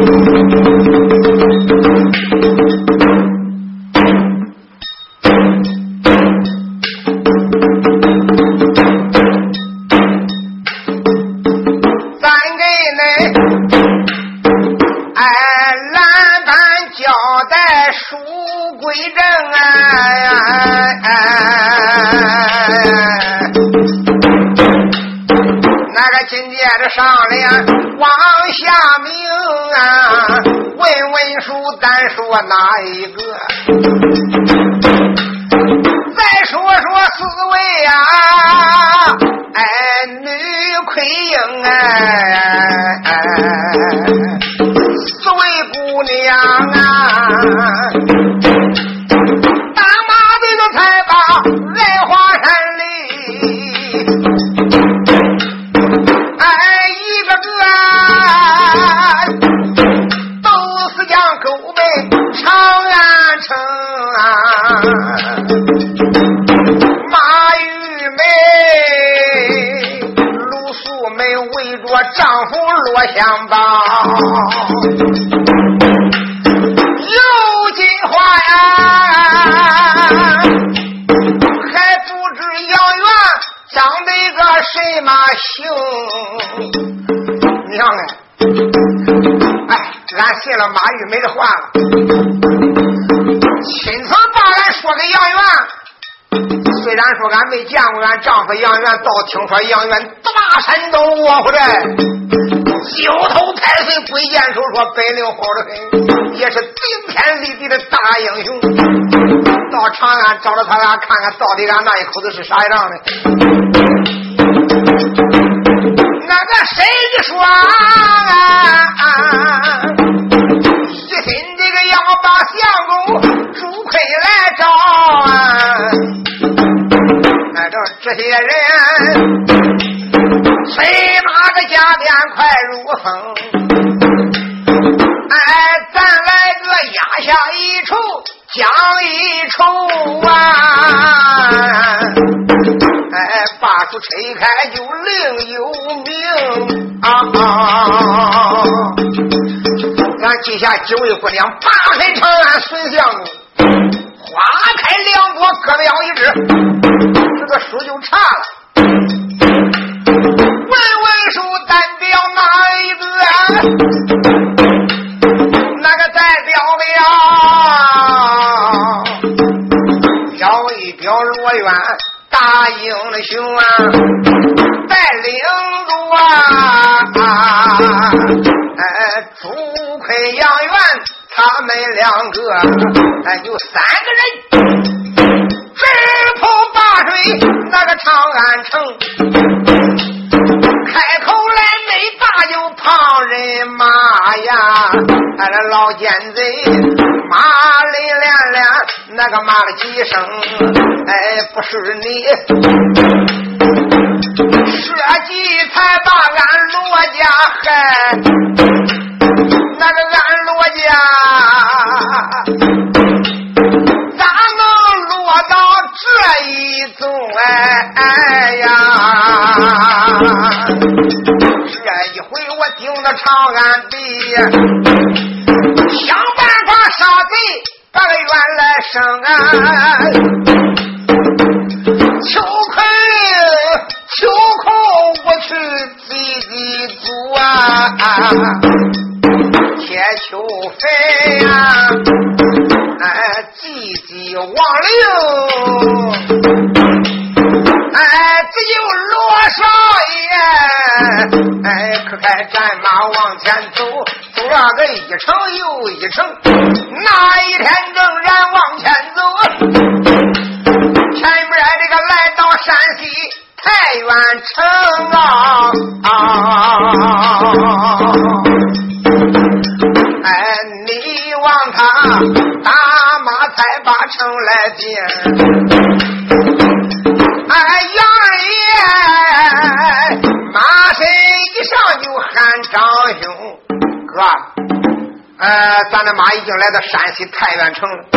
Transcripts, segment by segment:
上联往下明啊，问问书单说哪一个？再说说四位啊，女魁英四位姑娘啊，大马队的才把来华山里。丈夫落香包，有金花呀，还不知杨元长得一个什么姓？娘俺信了马玉梅的话了，亲自把俺说给杨元。虽然说俺没见过俺丈夫杨元，倒听说杨元大山都窝回来，九头太岁鬼见手说本领好得很，也是顶天立地的大英雄。到长安找着他俩看看到底俺那一口子是啥样的。那个谁一说一心这个要把相公朱奎来找这些人催马的家店快如风，咱来个压下一筹讲一筹啊，把书吹开就另有名咱记下几位姑娘八开长安孙相公，花开两朵各表一枝，这个书就差了。问问书单表哪一个？那个代表一表罗元大英雄啊，带领着朱奎杨元他们两个有三个人直扑八水那个长安城，开口来没大有旁人骂呀，老奸贼骂连连那个骂了几声，不是你设计才把俺罗家害，那个俺罗家咋能落到这一种这一回我盯着长安地，想办法杀贼把个冤来生秋空我去自己足铁秋飞积极忘流只有罗少爷可开战马往前走，走了个一程又一程，那一天仍然往前走，前面这个来到山西太原城你望他打马才把城来进杨爷马身一上就喊张兄哥咱的马已经来到山西太原城了，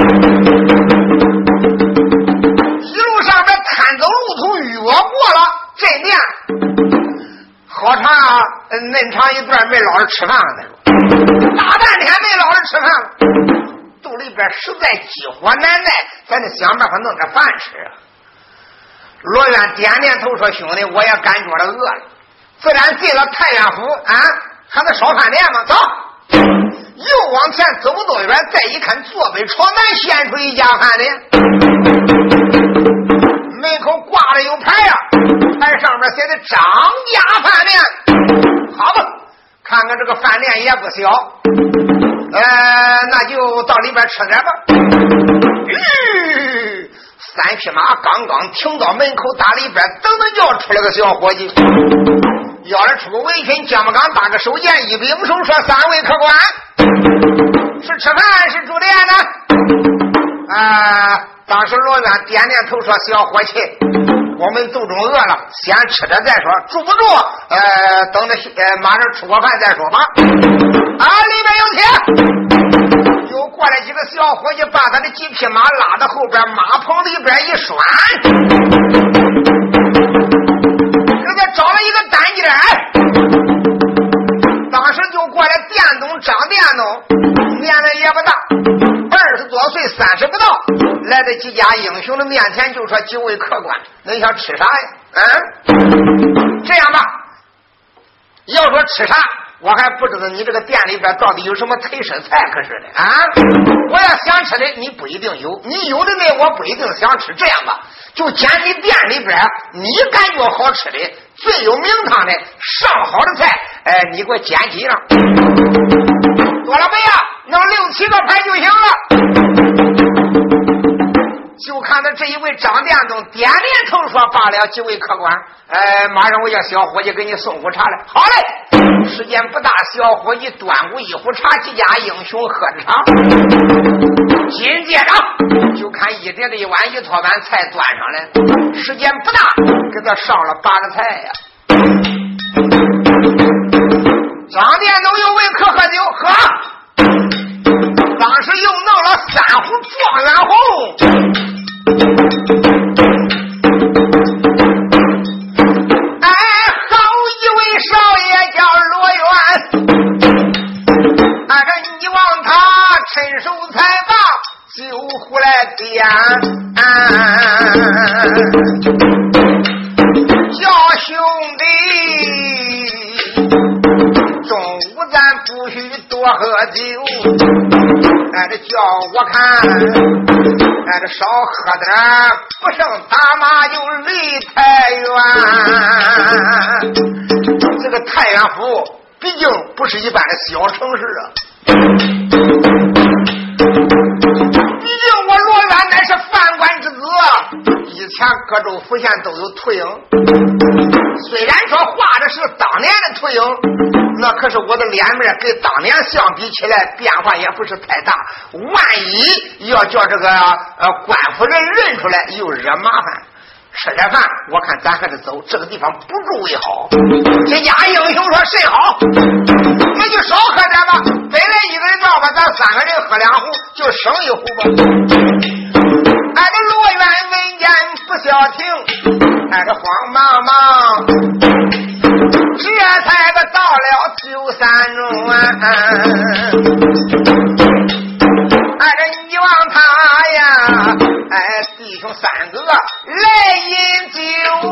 一路上这探走路途越过了镇店，好长嫩长一段没老是吃饭的时候大半天没捞着吃饭了，肚里边实在饥火难耐，咱得想办法弄点饭吃啊。罗渊点点头说：“兄弟，我也感觉了饿了，自然进了太原府啊，还能烧饭店吗？走！”又往前走多远，再一看，坐北朝南现出一家饭店，门口挂着有牌啊，牌上面写的张家饭店。好吧，看看这个饭店也不小，那就到里边吃点吧。三匹马刚刚停到门口，大里边等等叫出来个小伙计，要了出个围裙，肩膀刚搭个手剑，一柄手说：“三位客官，是吃饭是住店呢？”当时罗渊点点头说：“小伙计，我们肚中饿了，先吃着再说，住不住等着马上吃过饭再说吧。”里面有钱，又过来几个小伙计，把他的几匹马拉到后边马棚里边一拴，人家找了一个单间，当时就过来店东张店东，年龄也不大，20多岁30不到，来到几家英雄的面前就说：“几位客官，你想吃啥呀？这样吧，要说吃啥，我还不知道你这个店里边到底有什么特色菜可是的啊！我要想吃的你不一定有，你有的呢我不一定想吃。这样吧，就捡你店里边你感觉好吃的最有名堂的上好的菜，你给我捡几样，多了没呀？弄6、7个牌就行了。”就看到这一位张店东点点头说：“罢了，几位客官，马上我叫小伙计给你送壶茶来。”好嘞，时间不大，小伙计端过一壶茶，几家英雄喝着茶。紧接着就看一碟的一碗一托碗菜端上来，时间不大，给他上了8个菜呀。张店东又为客喝酒喝，当时又弄了3壶状元红。好一位少爷叫罗渊，这你望他趁手才罢，酒壶来点，叫兄弟中午咱不许多喝酒，这叫我看这少喝点不胜打马就离太原。这个太原府毕竟不是一般的小城市啊，毕竟我罗渊乃是犯官之子，以前各州府县都有秃鹰，虽然说画的是当年的秃鹰，那可是我的脸面跟当年相比起来变化也不是太大，万一要叫这个官府人认出来又惹麻烦。吃点饭，我看咱还是走，这个地方不住为好。这家英雄说甚好，那就少喝点吧，本来一个人倒吧，咱3个人喝2壶就省1壶吧。这罗渊闻言不消停，这慌忙忙这才到了酒3中这你望他呀，弟兄3个来饮酒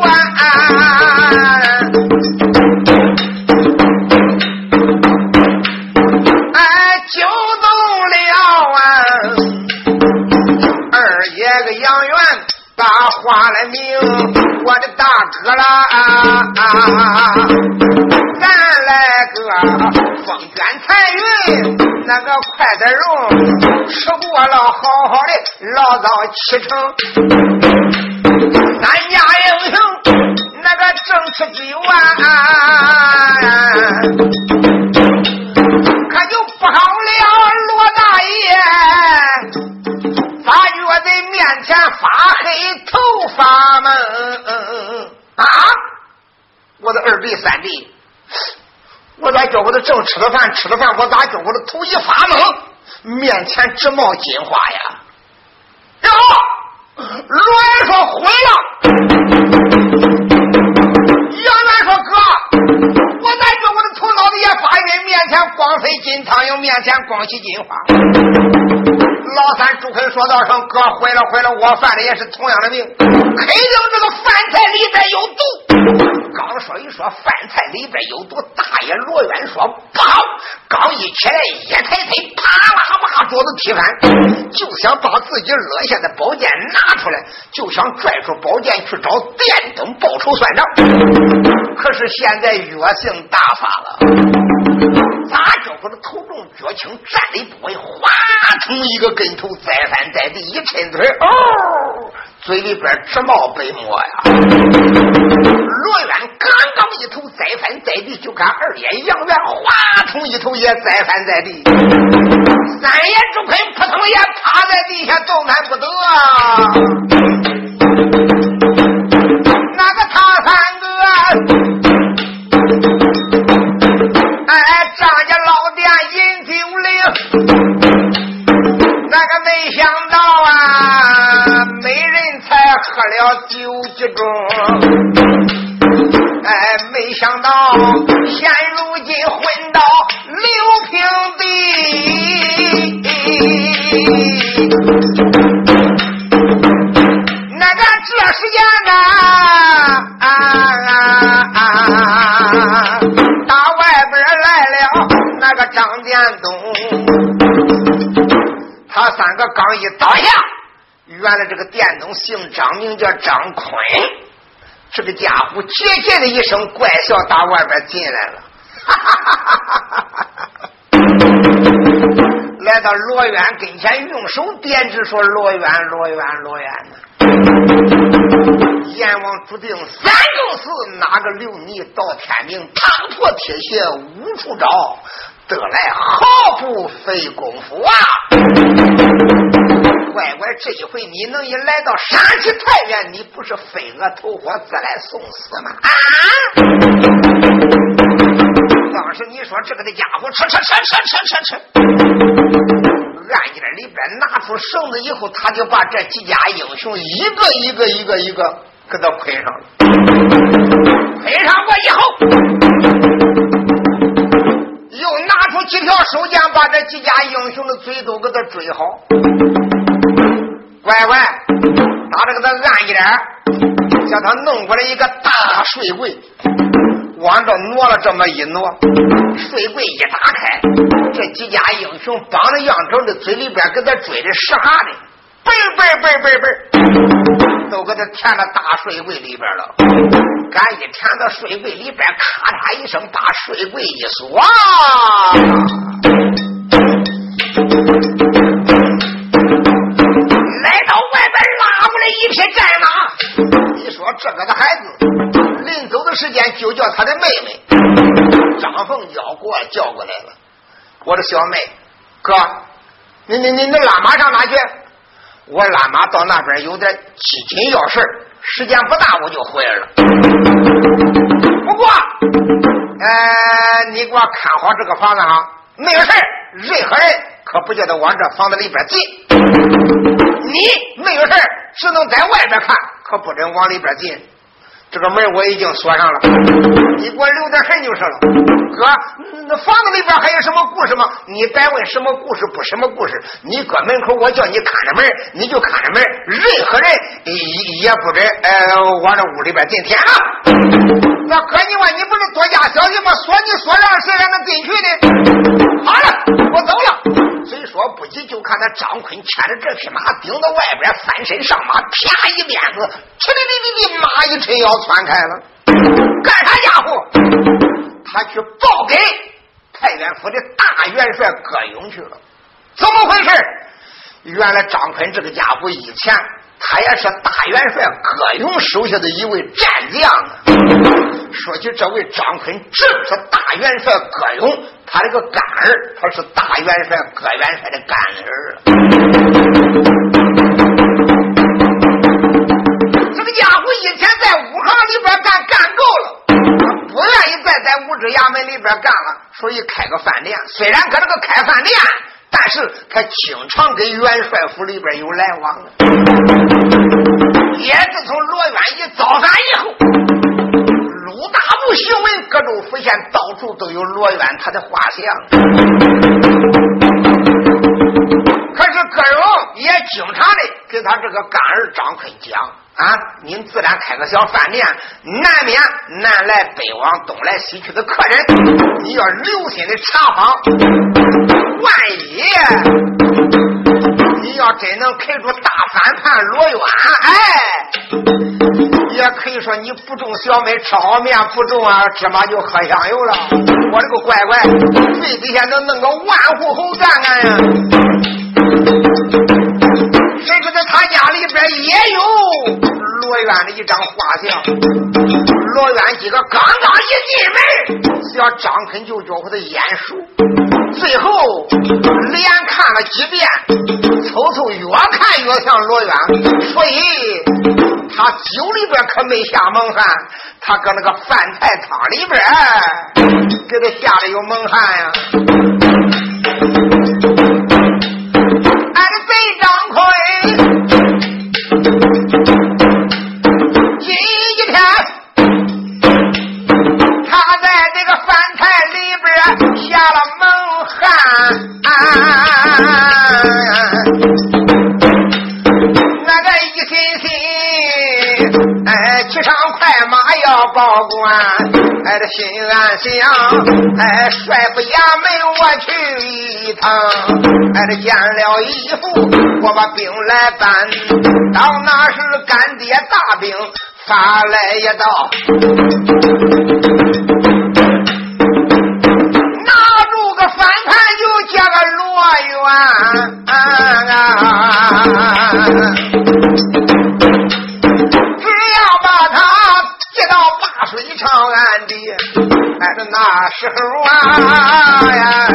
酒动了二爷个杨元把话来明，我的大哥啦咱来个风卷残云，那个快点容，吃过了好好的老早启程。3家英雄那个正吃酒可就不好了，罗大爷发觉在面前发黑头发们我的2弟3弟，我咋觉我的正吃了饭，我咋觉我的头一发懵，面前直冒金花呀！然后罗元说毁了，杨元说哥，我咋觉我的头脑子也发晕，面前光王妃金汤英面前光起金花。老三朱奎说道声：“哥，毁了，我犯的也是同样的命，肯定这个饭菜里边有毒。”刚说一说饭菜里边有毒，大爷罗元说不好，刚一起来一抬，啪啦把桌子踢翻，就想把自己落下的宝剑拿出来，就想拽出宝剑去找电灯报仇算账。可是现在药性大发了，咋叫我的头重脚轻，站立不稳，哗从一个跟头栽翻在地，一抻腿，嘴里边直冒白沫呀。罗元刚刚一头栽翻在地，就看二爷杨元哗从一头也栽翻在地，三爷朱奎扑通也趴在地下动弹不得。那个他三个张家老店饮酒令，那个没想到啊，每人才喝了9几盅，没想到现如今混到6平地，那个这时间打外边来了那个张建东，他三个刚一倒下，原来这个电东姓张，名叫张坤，这个家伙结结的一声怪笑打外边进来了，来到罗元跟前，用手点指说：“罗元呢？阎王注定3更4，哪个留你到天明？踏破铁鞋无处找，得来毫不费功夫啊！乖乖，这一回你能一来到山西太原，你不是飞蛾投火，自来送死吗？啊！当时你说这个的家伙吃，暗间里边拿出绳子以后，他就把这几家英雄一个给他捆上了。捆上过以后，又拿出几条手绢，把这几家英雄的嘴都给他追好。乖，打这个的暗一点，叫他弄过来一个大睡柜，往这挪了这么一挪，睡柜一打开，这几家英雄绑着样整的嘴里边给他追的啥的，背都给他填到大睡柜里边了。赶一填到睡柜里边，咔嚓一声把睡柜一锁，来到外边拉过来一匹战马。你说这个的孩子临走的时间就叫他的妹妹张凤叫过来了。我的小妹哥，你拉马上哪去？我拉马到那边有点急紧要事，时间不大我就回来了。不过你给我看好这个房子哈，没有事，任何人可不叫他往这房子里边进。你没有事，只能在外边看，可不准往里边进。这个门我已经锁上了，你给我留点神就是了。哥，那房子里边还有什么故事吗？你别问什么故事不什么故事，你搁门口我叫你看着门，你就看着门，任何人也不准往这屋里边进天了。那哥，你问你不是多加小心吗？锁你锁上，谁还能进去呢？好了，我走了。虽说不急，就看他张坤牵着这匹马顶到外边，翻身上马，啪一鞭子，马一抻腰窜开了。干啥家伙？他去报给太原府的大元帅葛勇去了。怎么回事？原来张坤这个家伙以前他也是大元帅葛勇手下的一位战将啊。说起这位张坤，正是大元帅葛勇他这个干儿，他是大元帅葛元帅的干儿。这个家伙以前在武行里边干够了，不愿意再在武职衙门里边干了，所以开个饭店。虽然搁这个开饭店，但是他经常跟元帅府里边有来往的。也自从罗元一造反以后，鲁大部行文葛河州府县到处都有罗渊他的画像。可是葛荣也经常的给他这个干儿张坤讲啊，您自然开个小饭店，难免南来北往东来西去的客人，你要留心的查访，万一你要真能开出大反叛罗渊，也可以说你不中小麦吃好面，不中啊芝麻就喝香油了。我这个乖乖最底下能弄个万户侯干干呀，谁知道他家里边也有罗渊的一张画像。罗渊几个刚刚一进门，小张坤就叫他的眼熟，最后连看了几遍，瞅越看越像罗渊，所以他酒里边可没下蒙汗，他搁那个饭菜汤里边给他下的有蒙汗呀。俺的贼张坤今天他在这个饭菜里边下了蒙汗，那个一心心骑上快马要报官，这心安想帅府衙门我去一趟，这见了义父我把兵来搬，到那时干爹大兵发来一道，拿住个反叛就叫个罗渊只要把他接到灞水长安地，那时候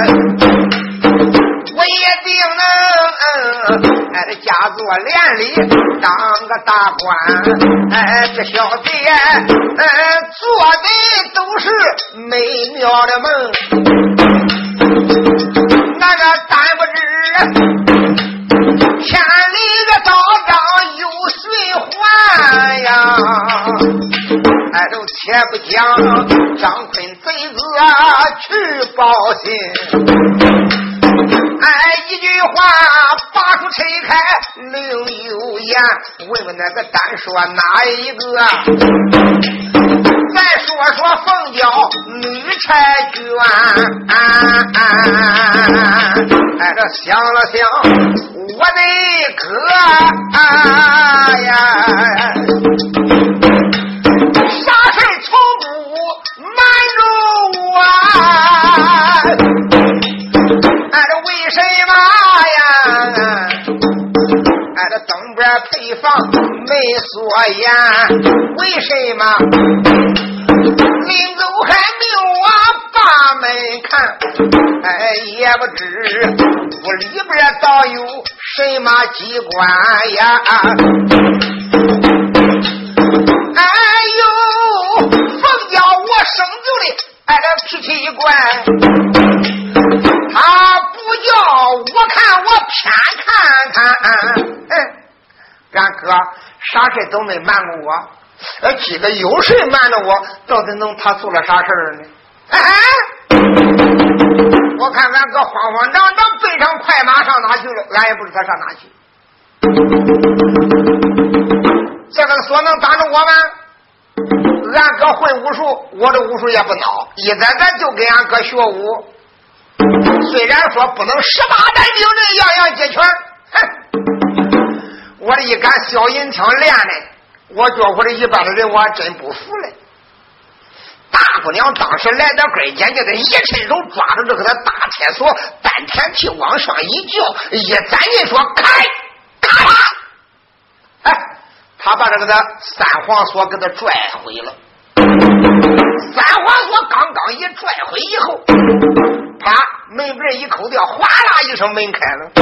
我也定能家做连理当个大官，这小子做的都是美妙的梦，那个单不知千里的道长有循环呀，都且不讲张坤贼子去报信，一句话把书拆开另有言，问问那个单说哪一个，再说凤娇女婵娟，这想了想我的哥啥事从不瞒着我，这为什么呀？这东边配房没锁严，为什么临走还没有把门看？也不知屋里边倒有什么机关呀？凤娇我生就的这脾气怪，他不叫我看我偏看，俺哥啥事都没瞒过我，记得有谁瞒着我，到底能他做了啥事呢？我看俺哥慌慌张张背上快马上哪去了，俺也不知他上哪去。这个所能挡着我们？俺哥会武术，我的武术也不孬，一咱就给俺哥学武。虽然说不能18单兵刃样样皆全，我这一杆小银枪练的，我觉我这一般的人我还真不服嘞。大姑娘当时来到跟前，就得一伸手抓住这个他大铁锁，丹田气往上一叫，一攒劲说开，咔嚓！他把这个三黄锁给他拽回了。三黄锁刚刚一拽回以后，啪，门边一扣掉，哗啦一声门开了。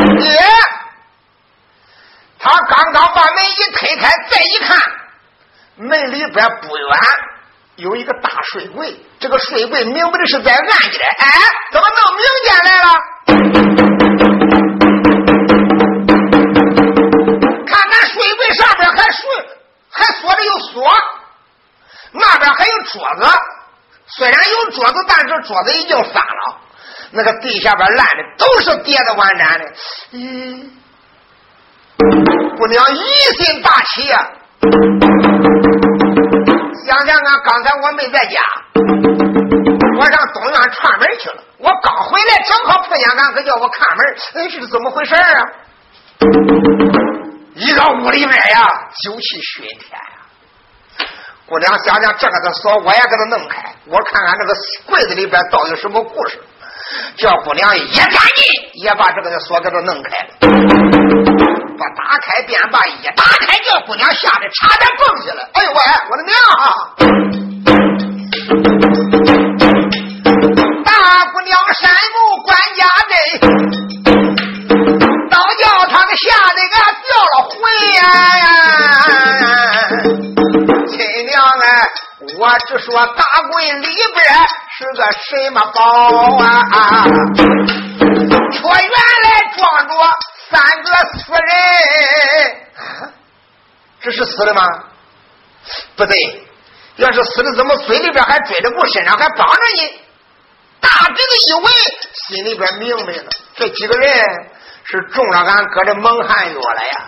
他刚刚把门一推开，再一看，门里边不远有一个大睡柜，这个睡柜明白的是在暗间，怎么弄明间来了？看看睡柜上边还锁着有锁，那边还有桌子， 虽然有桌子，但是桌子已经翻了，那个地下边烂的都是跌的完展的。姑娘疑心大起呀、想想啊，刚才我没在家，我上东院串门去了，我刚回来正好碰见俺哥叫我看门，是怎么回事啊？一到屋里面呀，酒气熏天呀。姑娘想想这个的锁，我也给他弄开，我看看这个柜子里边到底什么故事。叫姑娘一赶紧也把这个的锁给他弄开了，把打开便把一打开，这姑娘吓得差点蹦起来。哎呦喂，我的娘啊！大姑娘山木管家阵，倒叫他们吓得个掉了魂呀！亲娘哎，我只说大柜里边是个什么宝啊，却原来装着3个死人。这是死的吗？不对，要是死的怎么嘴里边还追着不，身上还绑着你？大鼻子一闻，心里边明白了，这几个人是中了俺哥的蒙汗药了呀。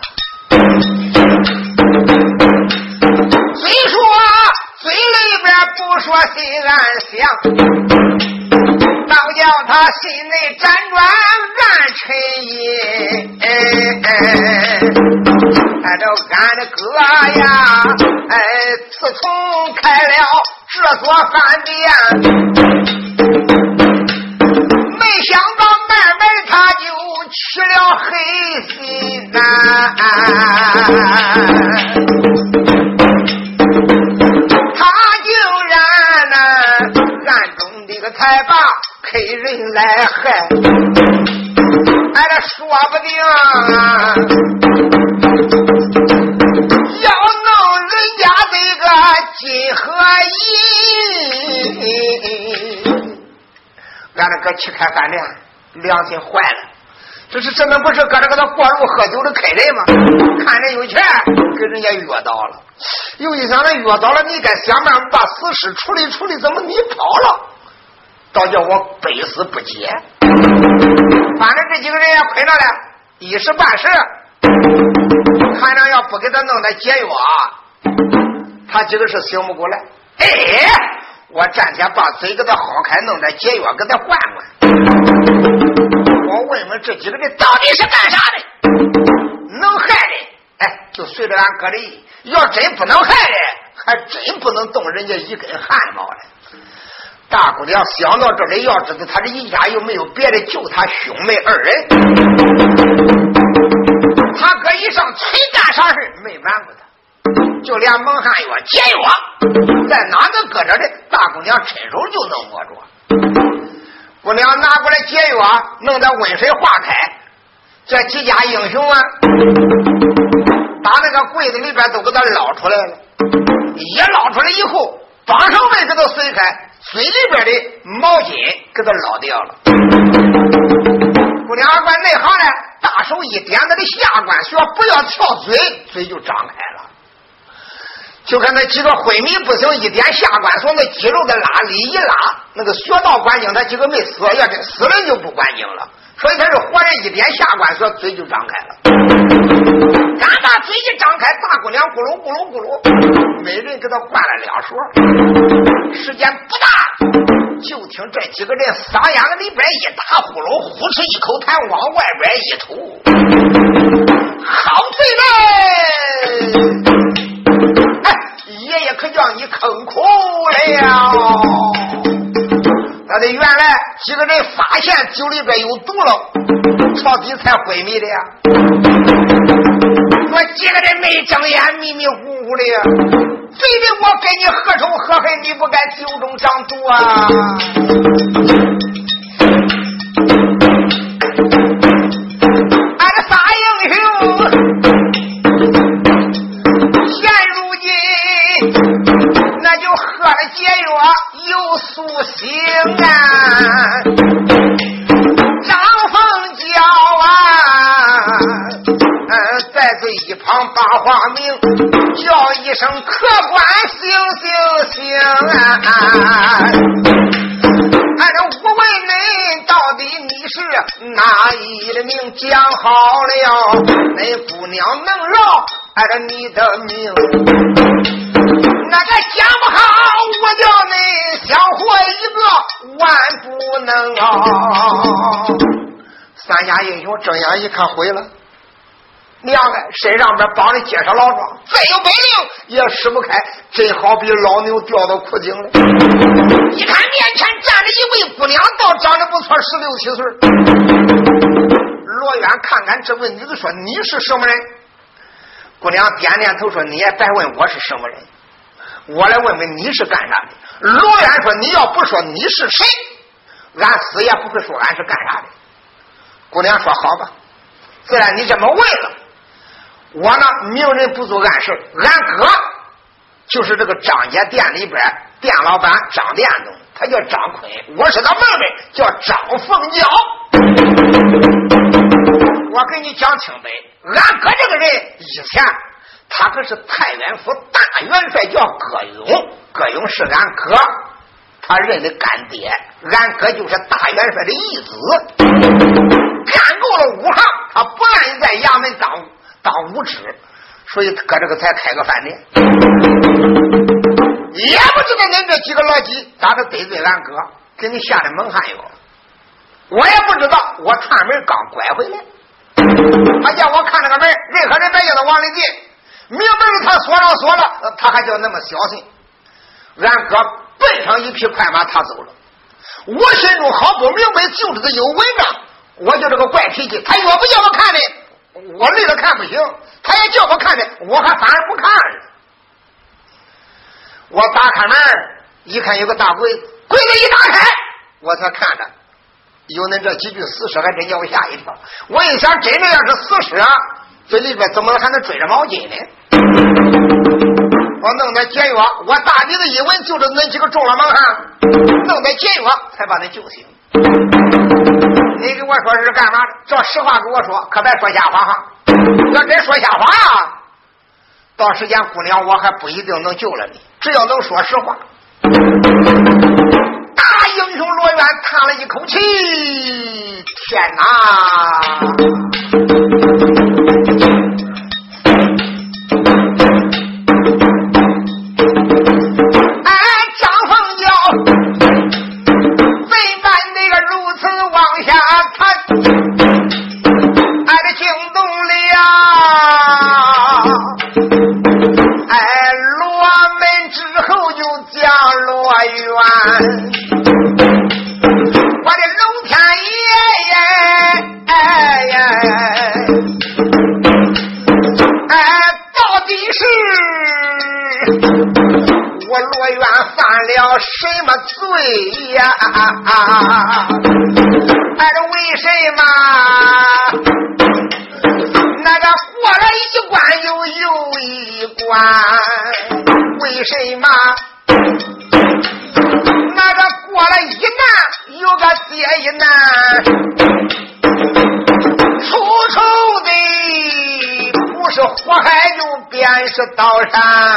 虽说嘴里边不说心暗想，倒叫他心内辗转暗沉吟。这俺的哥呀，自从开了这所饭店，没想到慢慢他就起了黑心呐。他竟然呢暗中这个才把客人来害，这说不定啊，要弄人家这个金和银，俺这哥去开饭店，良心坏了。这能不是搁这给他过路喝酒的客人吗？看人有钱，给人家约到了。又一想，他约到了，你该想办法把死尸处理处理，怎么你跑了？倒叫我百思不解。反正这几个人也亏了了，一时半时，看着要不给他弄点解药，他几个是醒不过来。我暂且把嘴给他好开，弄点解药给他换换。我问问这几个人到底是干啥的？能害人，就随着俺哥的意；要真不能害人，还真不能动人家一根汗毛来。大姑娘想到这里，要知道他这一家又没有别的，就他兄妹2人。他哥一上催干啥事没瞒过他，就连蒙汗药、解药在哪个搁着的，大姑娘伸手就能摸着。姑娘拿过来解药，弄在温水化开。这几家英雄啊，把那个柜子里边都给他捞出来了。一捞出来以后，绑上门给他随开，嘴里边的毛巾给他捞掉了。姑娘管内行呢，大手一点他的下关穴，不要跳嘴，嘴就张开了。就看那几个昏迷不醒，一点下关所那肌肉的拉力一拉，那个穴道关经他几个没死，要真死人就不关经了。所以他是活人，一点下关穴，嘴就张开了。刚把嘴一张开，大姑娘咕噜咕噜咕噜，每人给他灌了2勺。时间不大，就听这几个人嗓眼子里边一打呼噜，呼哧一口痰往外边一吐，好醉嘞！爷爷可叫你坑苦了。那得原来几个人发现酒里边有毒了，朝底才昏迷的呀。我几个人没睁眼，迷迷糊糊的呀，非得我跟你何仇何恨，你不该酒中长毒啊！俺这仨英雄现如今那就喝了解药有苏醒啊，张凤娇啊在这一旁旁把话明，叫一声客官行啊！俺这我问恁，到底你是哪一的命？讲好了，恁姑娘能饶按照你的命。那个讲不好，我叫恁小活一个万不能啊！三家英雄睁眼一看毁了，娘啊，身上边绑着结实老庄，再有本领也使不开，真好比老牛掉到苦井了。一看面前站着一位姑娘，倒长得不错，16、17岁。罗远看看这位女子，说：“你是什么人？”姑娘点点头说：“你也别问我是什么人，我来问问你是干啥的。”罗远说：“你要不说你是谁，俺死也不会说俺是干啥的。”姑娘说：“好吧，既然你这么问了，我呢明人不做暗事，俺哥就是这个张家店里边店老板张店东，他叫张坤，我是他妹妹，叫张凤娇。我给你讲清白，俺哥这个人以前他可是太原府大元帅，叫葛勇，葛勇是俺哥，他认的干爹，俺哥就是大元帅的义子。干够了5行，他不愿意在衙门当武职，所以搁这个才开个饭店。也不知道恁这几个老几咋着得罪俺哥，给你下的蒙汗药。我也不知道，我串门刚拐回来，他叫我看这个门，任何人别叫他往里进，明明他锁了，他还叫那么小心。俺哥奔上一匹快马，他走了。我心中好不明白，就知道有文章，我就这个怪脾气，他越不叫我看的，我累了看不行，他也叫我看的，我还反而不看了。我打开门一看，有个大柜子，柜子一打开，我才看着有恁这几句死尸，还真叫我吓一跳。我一想，真的要是死尸啊，这里边怎么还能追着毛巾呢？我弄点解药，我大鼻子一闻，就是恁几个中了蒙汗，弄点解药才把恁救醒。你给我说是干嘛的？照实话给我说，可别说瞎话哈！要真说瞎话啊，到时间姑娘我还不一定能救了你，只要能说实话。大英雄罗元叹了一口气，天哪！张凤娇怎办那个如此往下看，这惊动了罗门之后就降罗元，我的龙天爷到底是我罗元犯了什么罪呀？为什么那个过了一关又一关？为什么那个过了一难有个接一难？处处的不是火海就便是刀山。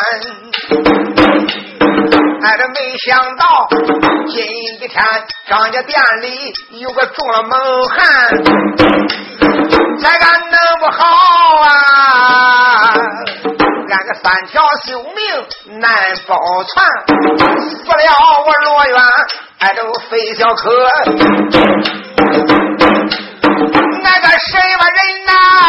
这没想到今一天张家店里有个中了蒙汗，才敢弄不好啊，俺个3条性命难保全，死了我罗元都非小可。那个什么人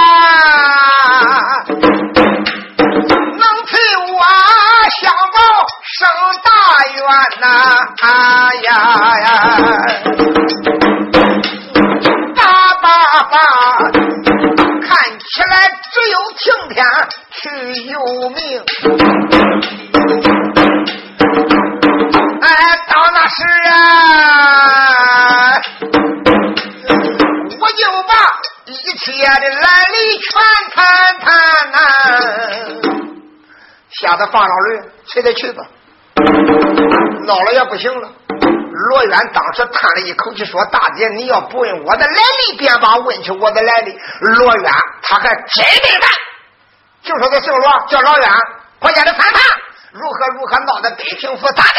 能替我相报升大冤哎呀大爸爸看起来只有晴天去有命。到那时我就把一切的来历全谈。吓得放老驴，随他去吧，闹了也不行了。罗渊当时叹了一口气说：大姐，你要不问我的来历，便把问起我的来历。罗渊他还真没办， 就说他姓罗，叫老远，国家的反叛如何闹得北平府，咋的，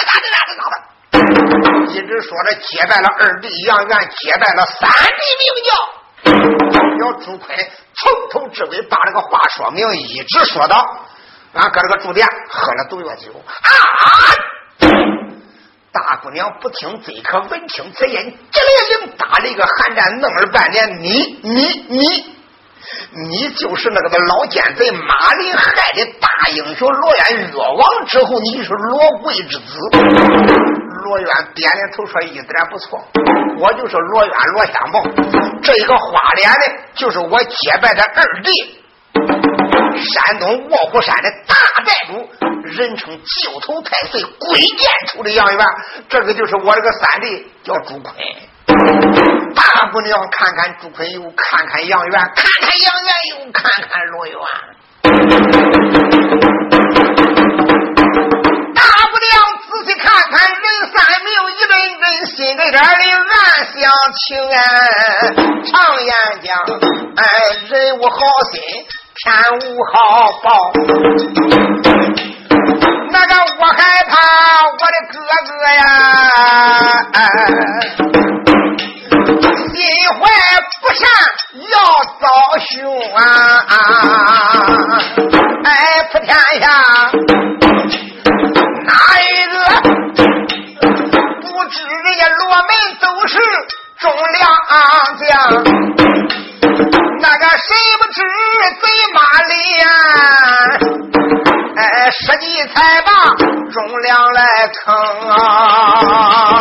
一直说着结拜了二弟杨元，结拜了三弟明教。要朱坤从头至尾把这个话说明，一直说到俺搁这个住店喝了毒药酒啊！大姑娘不听嘴可闻听此言，这里领打了一个寒战，弄了半年，你就是那个老奸贼马林害的大英雄罗渊越王之后，你是罗贵之子。罗渊点点头说一点不错，我就是罗渊罗香宝。这一个花脸的就是我结拜的二弟，山东卧虎山的大寨主，人称九头太岁，鬼剑出的杨元。这个就是我这个三弟叫朱坤。大姑娘看看朱坤，又看看杨元，看看杨元，又看看罗元。大姑娘仔细看看人三名，一人人心里边的暗想情常言讲，人无好心天无好报。那个我害怕我的哥哥呀，心怀不善要遭凶啊！普天下哪一个不知人家罗门都是忠良将？那个谁不知贼马里呀？实际才把忠良来坑啊！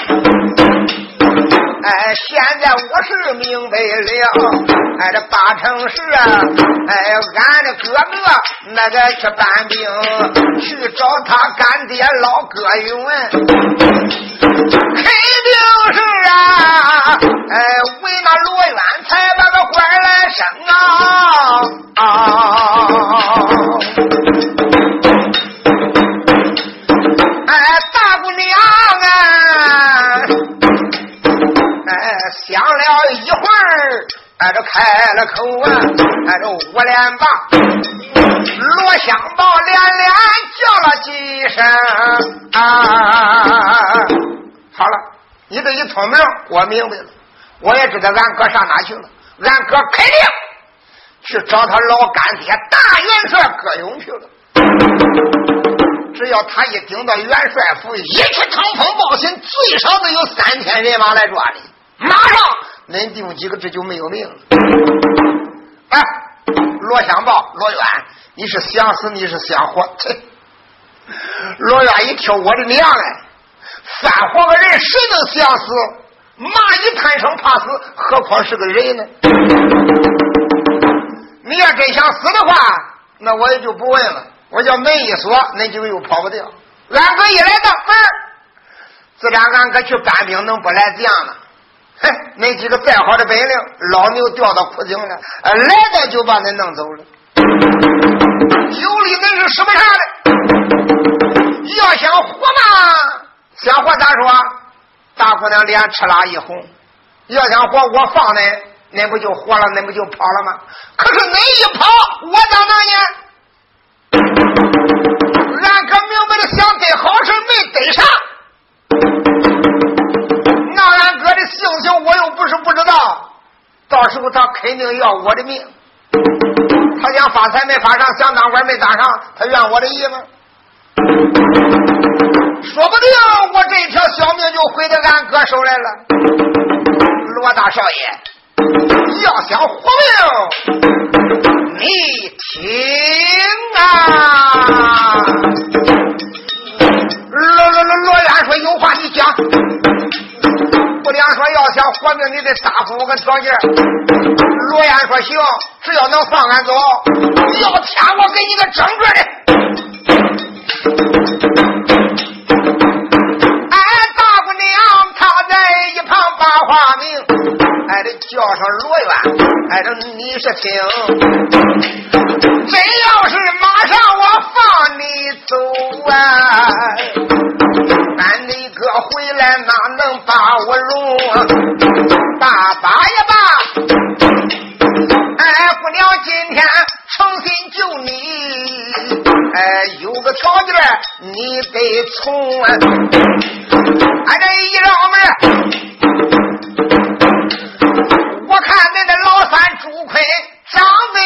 现在我是明白了，这八成是俺的哥哥那个去搬兵去找他干爹老葛云，肯定是为那罗渊才把个官来升大姑娘想了一会儿，这开了口这我连吧，罗香宝连叫了几声好了，你这一聪明，我明白了，我也知道俺哥上哪去了，俺哥肯定去找他老干爹大元帅葛勇去了。只要他一顶到元帅府，一去通风报信，最少得有3000人马来抓你，马上恁弟兄几个这就没有命了。罗香宝，罗渊，你是想死你是想活？罗渊一听我的娘3活个人谁能想死？蚂蚁贪生怕死，何况是个人呢？你要真想死的话，那我也就不问了，我叫门一锁，恁几个又跑不掉。俺哥一来到门，自然俺哥去搬兵能不来这样呢？恁几个再好的本领，老牛掉到苦井了，来到就把恁弄走了。有理恁是什么啥的？要想活嘛，想活咋说？大姑娘脸吃拉一红。要想活，我放恁，恁不就活了，恁不就跑了吗？可是恁一跑，我咋能呢？俺可明白的想得好事没得上。那俺哥的性情我又不是不知道，到时候他肯定要我的命。他想发财没发上，想当官没当上，他怨我的意吗？说不定我这条小命就毁到俺哥手来了。罗大少爷，要想活命，你听罗渊说有话你讲。不良说要想活命，你得答复我个条件。罗渊说行，只要能放俺走，要天我给你个整个的。大姑娘她在一旁把话明，这叫上罗渊，这你是听。真要是马上我放你走俺那个回来哪能把我容？大把也罢，姑娘今天诚心救你条件你得从俺这一绕门，我看恁的老三朱坤长得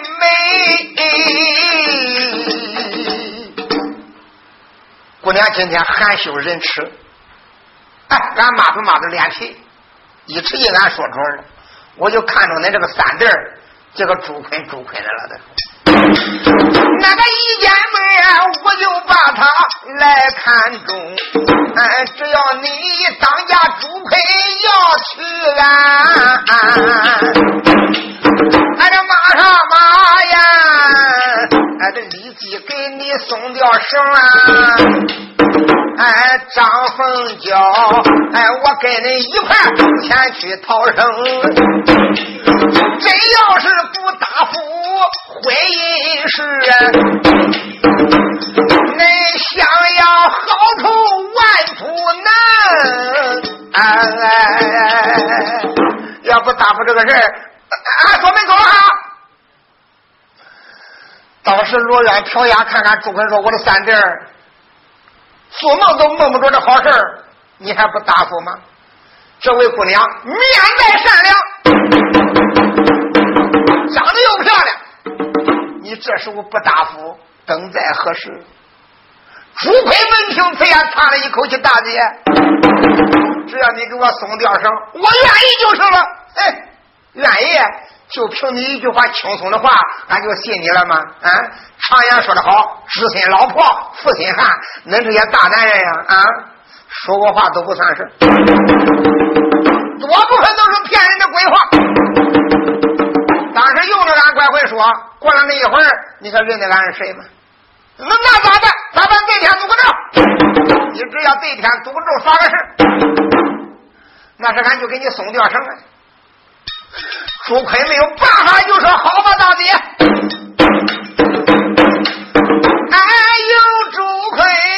美，姑娘今天含羞忍耻，俺抹着脸皮，一迟一俺说出来了，我就看中恁这个三弟儿，这个朱坤的了的。那个一见面我就把他来看中，只要你当家朱坤要去俺这马上马呀，这立即给你送掉绳张凤娇，我跟你一块前去逃生。真要是不答复婚姻事，恁想要好处万不能。要不答复这个事说没走了哈。当时罗远瞟眼看看朱坤说：“我的三弟儿，做梦都梦不着这好事儿，你还不答复吗？”这位姑娘面带善良，长得又漂亮，你这时候不答复，等待何时？朱坤闻听此言，叹了一口气：“大姐，只要你给我送吊绳，我愿意就是了。愿意。就凭你一句话轻松的话，俺就信你了吗？常言说得好，知心老婆负心汉，恁这些大男人呀，说过话都不算事，多部分都是骗人的鬼话。当时用着俺怪会说，过了那一会儿，你可认得俺是谁吗？那咋办？咱们这天赌个咒，你只要这天赌个咒耍个事，那是俺就给你送吊绳了。朱坤没有办法，就说好吧，大姐。有朱坤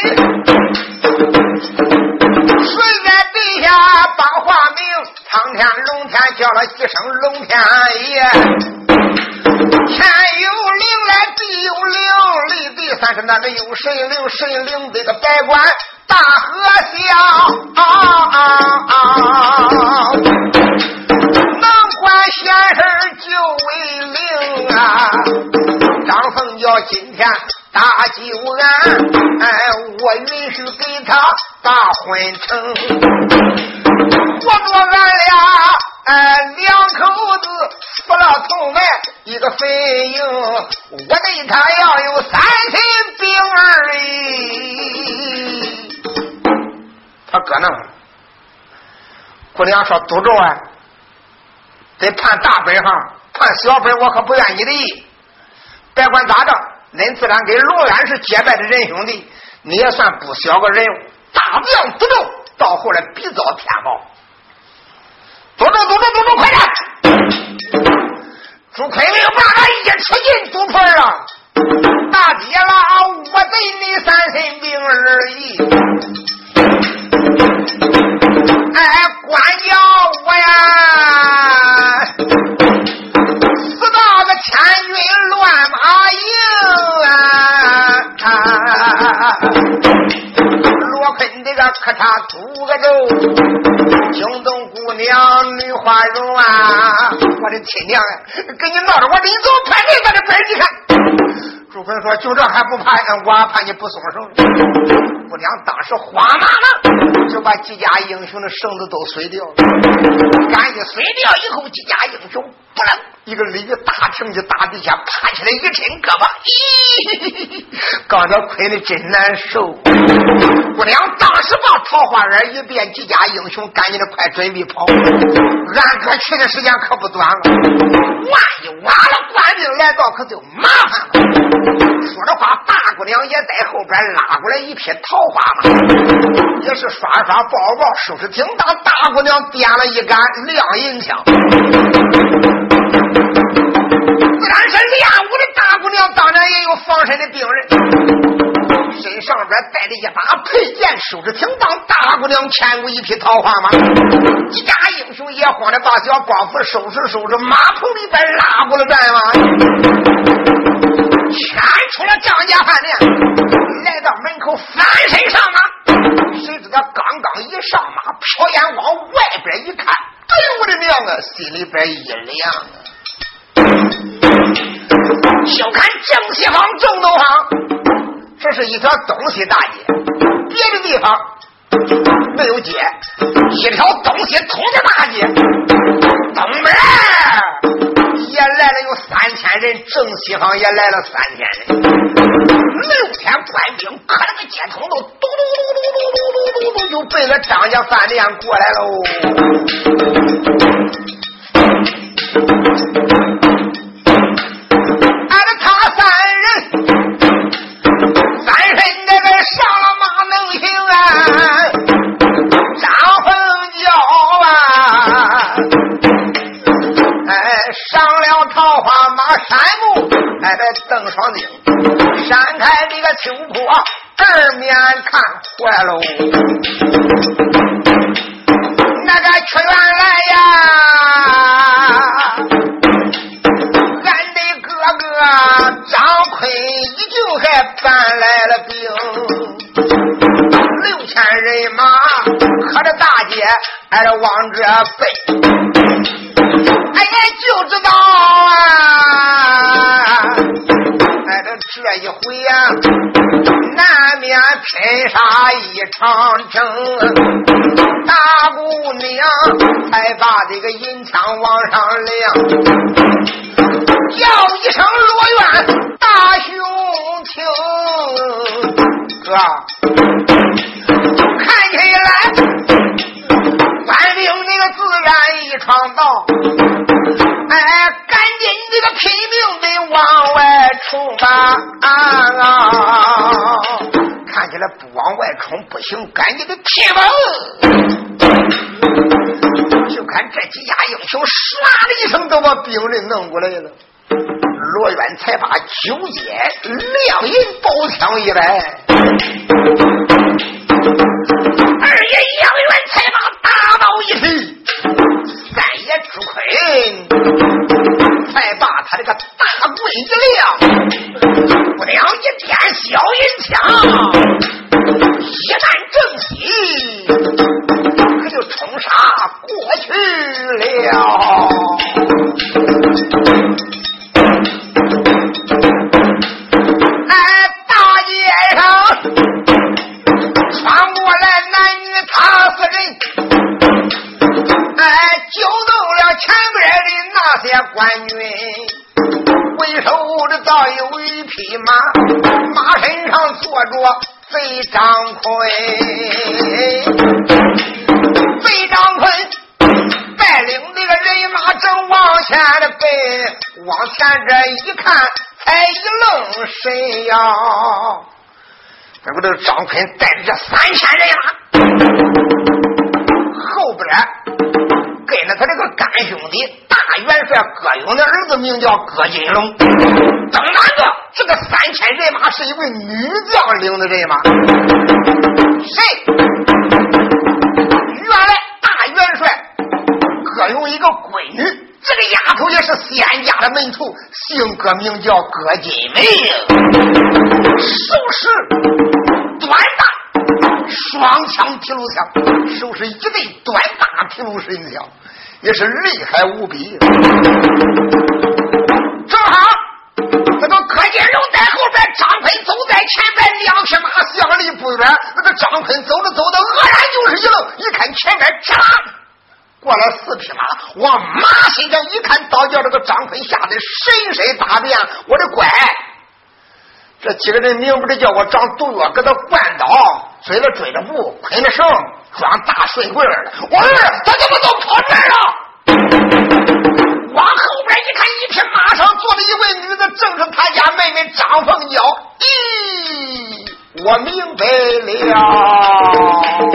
顺在地下把话名，苍天龙天叫了几声龙天爷，天有灵来地有灵，立地三是那个有神灵，神灵这个百官大和尚闲事就为灵张凤娇今天大救俺，我允许给他大婚成，我说俺俩两口子死了同埋一个坟茔，我对他要有三心病他搁那姑娘说赌咒得判大本行，判小本我可不愿意的意。别管咋着，恁自然给罗远是结拜的人兄弟，你也算不小个人物，大不了赌咒，到后来必遭天报。赌咒，快点！朱坤没有办法，一出进赌盆大姐啦，我对你三心病而已。管教我呀！千军乱马营罗坤这个可差赌个咒，京东姑娘女花容我的亲娘跟你闹着，我领走派这个的本你看。朱坤说：“就这还不怕？我怕你不松手。”姑娘当时慌忙了，就把几家英雄的绳子都碎掉了。赶紧碎掉以后，几家英雄不能一个鲤鱼大挺就大地下爬起来一抻胳膊，刚才亏的真难受。姑娘当时把桃花园一遍，几家英雄赶紧的快准备跑。俺哥去的时间可不短了，万一晚了官兵来到可就麻烦了。说着话，大姑娘也在后边拉过来一匹桃花马，也是刷刷抱抱，收拾挺当。大姑娘点了一杆亮银枪，自然是练武的大姑娘，当然也有防身的病人，身上边带着一把佩剑，收拾挺当。大姑娘牵过一匹桃花马，几家英雄也慌的把小包袱收拾马棚里边拉过了战马，牵出了张家饭店，来到门口翻身上马，谁知道刚刚一上马，瞟眼往外边一看，哎呦我的娘啊，心里边一凉啊！就看正西方正东方，这是一条东西大街，别的地方没有街，一条东西通的大街，东边也来了有3000人，正西方也来了3000人，6天官兵可那个街通都嘟嘟嘟嘟嘟嘟嘟就奔了张家饭店过来喽。邓双丁闪开这个秋坡，二面看坏喽，那个屈原来呀，俺的哥哥张坤依旧还搬来了兵，6000人马可着大街挨着往这奔，哎呀就知道这一回呀，难免拼杀一场争，大姑娘才把这个银枪往上亮，叫一声罗院大兄听，哥，看起来官兵那个自然一闯道，哎，赶紧这个拼命得往外冲吧！看起来不往外冲不行，赶紧得拼吧！就看这几家英雄唰的一声都把兵刃弄过来了。罗渊才把9节亮银宝枪一摆，二爷杨元才把大刀一劈，三爷朱坤才把他这个大棍一亮，不料一点小银枪一旦正起，可就冲杀过去了。大街上穿过来男女踏死人，揪动了前边的那些官军，为首的倒有一匹马，马身上坐着贼张坤，贼张坤带领这个人马正往前的奔，往前这一看才一愣神呀，这不这张坤带着这3000人马，后边跟着他这个干兄弟大元帅葛勇的儿子名叫葛金龙，等哪个这个3000人马是一位女将领的人马，谁？原来大元帅葛勇一个闺女，这个丫头也是仙家的门徒，姓葛名叫葛金梅，手持短大双枪提炉枪，手持一对短大提炉神枪，也是厉害无比。正好那个柯金龙在后边，张坤走在前边，2匹马相离不远。那个张坤走着走着，愕然就是一愣，一看前边嚓过来4匹马，往马身上一看，倒叫这个张坤吓得神神大变。我的乖，这几个人明不知叫我长毒药，给他灌倒，追着步，捆着绳，装大水棍了。我儿他怎么都跑这儿了？往后边一看，一匹马上坐着一位女的，正是他家妹妹张凤娇。咦，我明白了。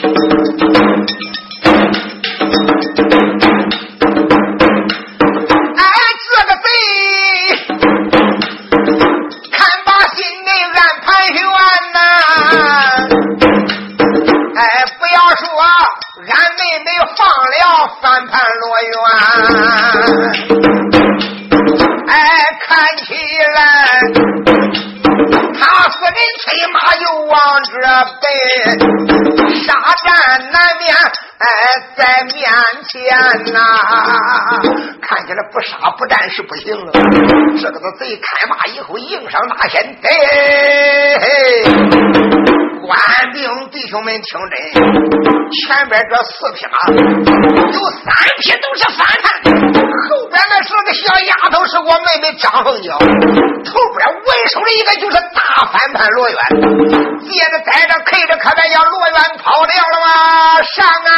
这个贼看把心内暗盘旋呐，不要说俺妹妹放了反叛罗渊，看起来他4人催马就对，杀战难免在面前呐，看起来不杀不战是不行了。这个贼开骂以后应上大仙，官兵弟兄们听真，前边这4匹马有3匹都是反叛，后边那是个小丫头是我妹妹张凤娇，头边为首的一个就是大反叛罗元，接着在这 K 着可别叫罗元跑掉了吗？上啊！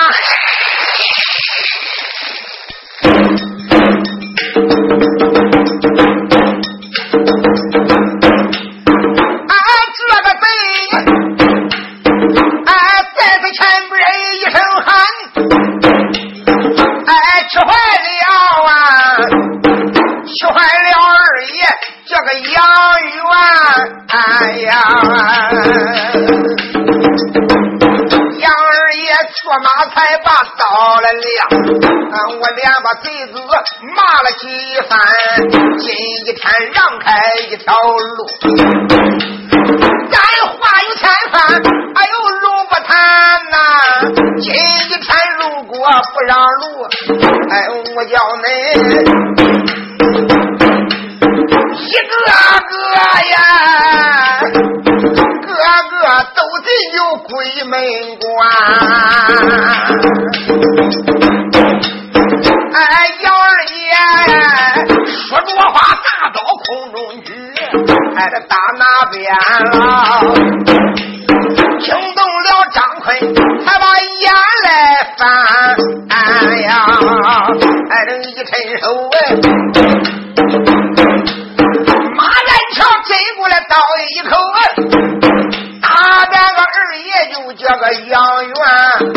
这个贼在他前边一声喊，气坏了啊，气坏了二爷这个杨元，哎呀，杨二爷错马才把刀来亮，我连把贼子骂了几番，今一天让开一条路，咱话有千番，哎呦路不谈呐，今一天如果不让路，哎我叫你一个个呀，个个都得有鬼门关。杨二爷说着话，大刀空中举，这打哪边了？惊动了张坤，才把眼来翻。哎呀，这一伸手马兰桥追过来倒一口，打这个二爷就叫个杨元。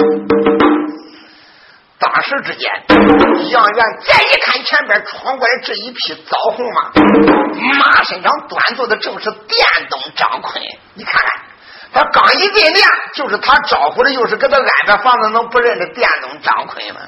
当时之间，杨元再一看前边闯过来这一匹枣红马身上端坐的正是电动张坤。你看看他刚一进店，就是他招呼的，又是给他安排房子，能不认得电动张坤吗？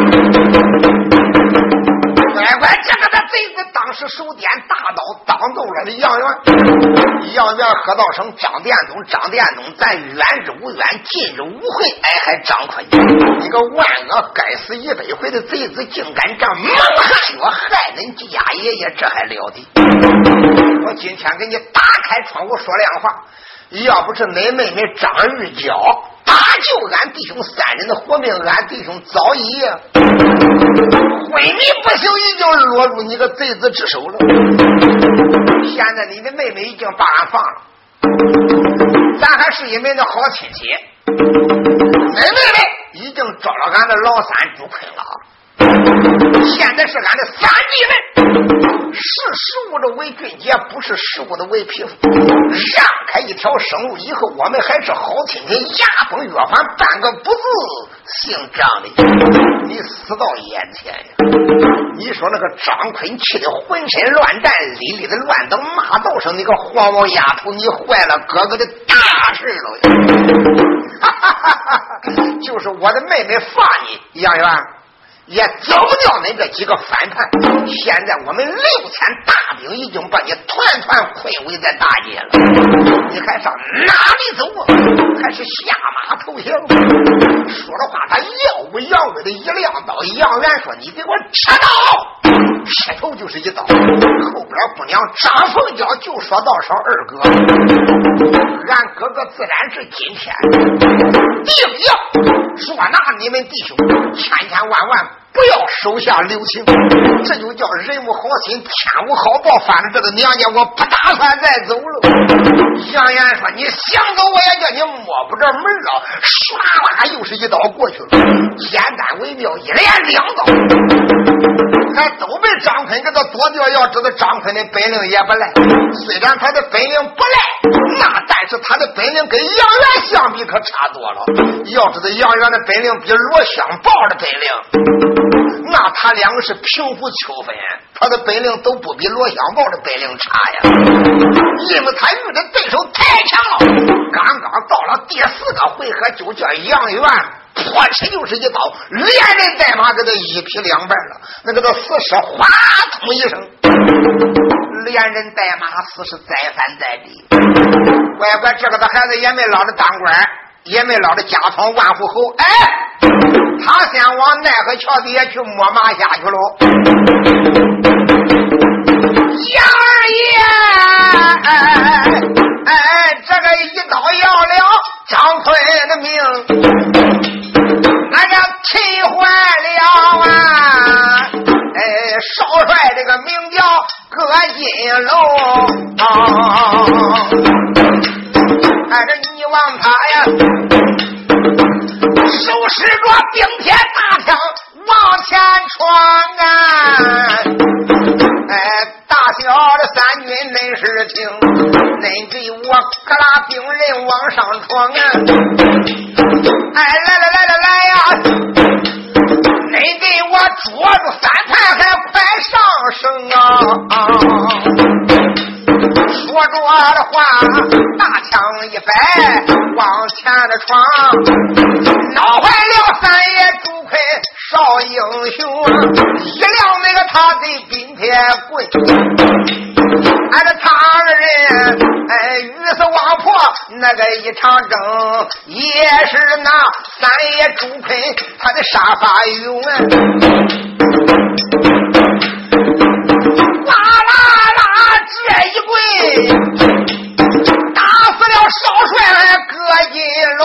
乖，这个他贼子当时手点大刀当揍了的杨元。杨元喝道声张殿东，张殿东，咱远之无冤，近之无悔，还张坤，你个万恶该死100回的贼子，竟敢这蒙汉我害恁家爷爷，这还了得？我今天给你打开窗户说亮话，要不是恁妹妹张玉娇搭救俺弟兄3人的活命，俺弟兄早已昏迷不朽，已经落入你个贼子之手了。现在你的妹妹已经把俺放了，咱还是因为那好亲戚，恁妹妹已经招了俺的老三朱坤了，现在是俺的3弟们，是食物的为俊杰，不是食物的为匹夫，让开一条生路以后，我们还是好亲戚，牙崩月环，半个不字姓张的，你死到眼前呀！你说那个张坤气得浑身乱战，里里的乱等骂道声，你个黄毛丫头，你坏了哥哥的大事了呀！就是我的妹妹放你，杨元也走不掉恁这几个反叛。现在我们6000大兵已经把你团团困围在大街了，你还上哪里走啊？还是下马投降？说了话，他耀武扬威的一亮刀。杨元说：“你给我吃刀！”劈头就是一刀。后边姑娘张凤娇就说道：“少二哥，俺哥哥自然是今天定要捉拿你们弟兄，千千万万不要手下留情，这就叫人无好心，天无好报。反正这个娘家我不打算再走了。”杨元说：“你想走我也叫你摸不着门了。”唰啦又是一刀过去了，简单微妙，一连2刀，还都被张坤给他躲掉。要知道张坤的本领也不赖，虽然他的本领不赖，那但是他的本领跟杨元相比可差多了。要知道杨元的本领比罗香豹的本领，那他两个是平湖秋分，他的本领都不比罗香豹的本领差呀。因为他遇的对手太强了，刚刚到了第4个回合，就叫杨元破吃就是一刀，连人带马给他1劈2半了。那个死尸哗通一声， 连人带马死是再三再地。乖乖，这个的孩子也没落着当官，也没落着家闯万户侯。哎，他先往奈何桥底下去摸马下去了。杨二爷，这个一刀要了张坤的命，那个气坏了啊！少帅这个名叫葛金龙，这你望他呀，手持着冰铁大枪往前闯啊！大小的三军恁是听，恁给我可拉兵人往上闯啊！来呀！恁给我捉住三盘还快上升啊！说着的话，大枪一摆往前的闯，闹坏了三爷朱奎少英雄，一亮那个他的冰铁棍，这他的人鱼死网破，那个一场争也是那三爷朱奎他的杀伐勇哇啦啦这一棍打死了少帅葛金龙。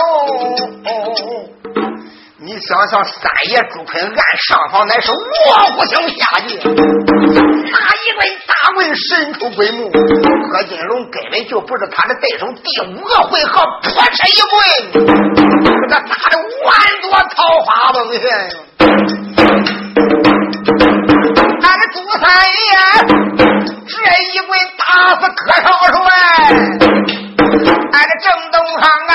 你想想三爷朱奎按上方乃是卧虎星下界，那一棍大棍神出鬼没，葛金龙根本就不是他的对手。第5个回合扑哧一棍给他打的万朵桃花崩现。俺的朱三爷这一棍打死葛少帅，俺的郑东康啊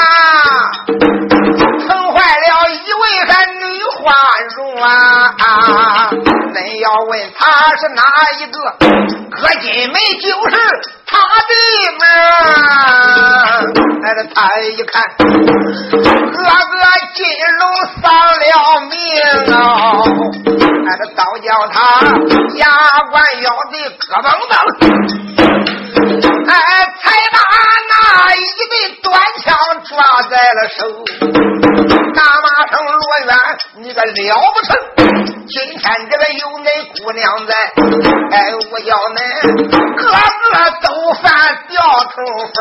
疼坏了一位还女花容啊！恁要问他是哪一个，葛金梅就是他的名。他一看哥哥金龙丧了命啊，这倒叫他牙关咬的咯嘣嘣，才把那一对短枪抓在了手。大马城罗元你个了不成，今天这个有那姑娘在，我要恁个个都犯掉头风。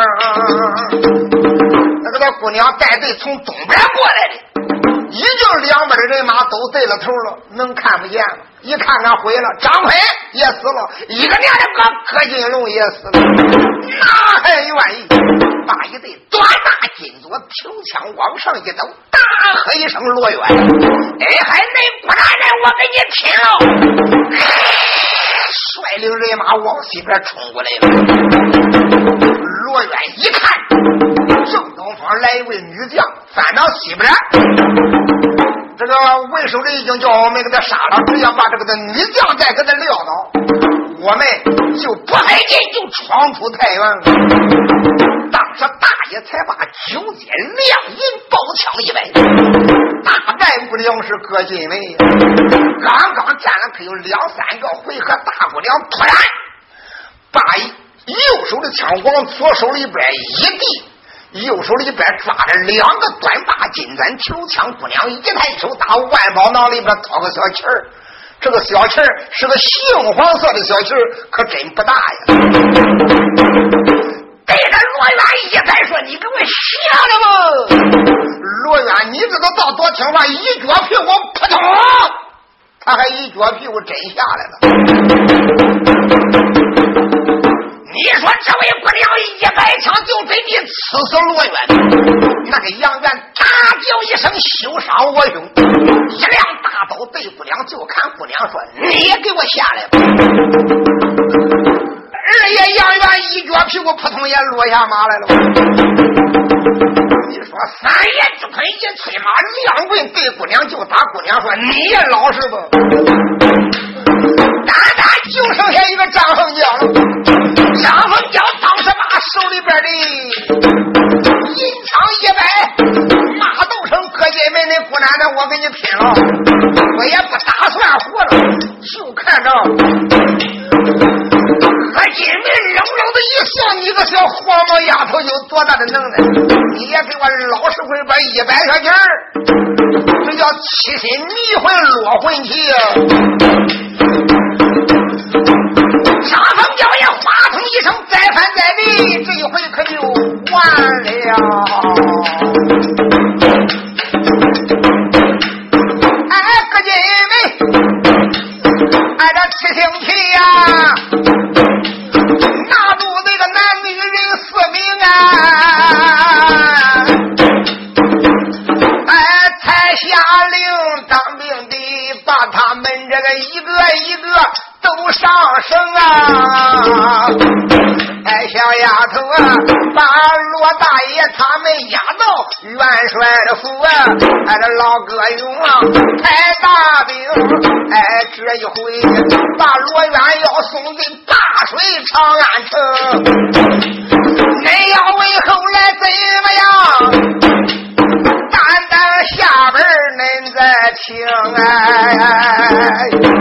那个姑娘带队从东边过来的，已经2边的人马都对了头了，能看不见了。一看看毁了，张奎也死了，一个娘的葛金龙也死了，哪还愿意把一对短大金左挺枪往上一抖，大喝一声罗元，还那不然人我给你拼了！率领人马往西边冲过来了。罗元一看正东方来一位女将翻到西边，这个为首的已经叫我们给他杀了，只要把这个的女将再给他撂倒，我们就不费劲就闯出太原了。当时大爷才把9节亮银宝枪一摆，大寨姑娘是葛金梅，刚刚站了可有2-3个回合，大姑娘突然把右手的枪往左手里边一递，右手里边抓着2个短把金钻球枪，姑娘一抬手打万宝囊里边掏个小气儿，这个小气儿是个杏黄色的小气儿，可真不大呀。对着罗元一再说，你给我下来吧。罗元你这个倒多听话，一脚屁股扑通，他还一脚屁股真下来了。你说这位姑娘100枪就准备刺死罗元，那个杨元大叫一声休伤我兄，一辆大刀对姑娘就看姑娘说，你也给我下来吧。二爷杨元一脚屁股扑通也落下马来了。你说三爷只可以一催马2棍对姑娘就打，姑娘说你也老实吧。单单就剩下一个张凤娇了。张凤娇当时把手里边的银枪一摆，骂斗声葛金梅那姑奶奶我给你拼了，我也不打算活了，就看着金梅冷冷的一笑，你个小黄毛丫头有多大的能耐？你也给我老实回把100小钱这叫欺心迷魂落魂气啊！沙僧叫也话筒一声，再翻再比，这一回可就完了。各金梅这七星旗呀，拿住这个男女人4名才下令当兵的把他们这个一个一个都上升啊！小丫头啊，把罗大爷他们押到元帅的府啊！这老葛勇啊，开大兵，这一回把罗元要送进大水长安城。恁要问后来怎么样？单单下边恁再听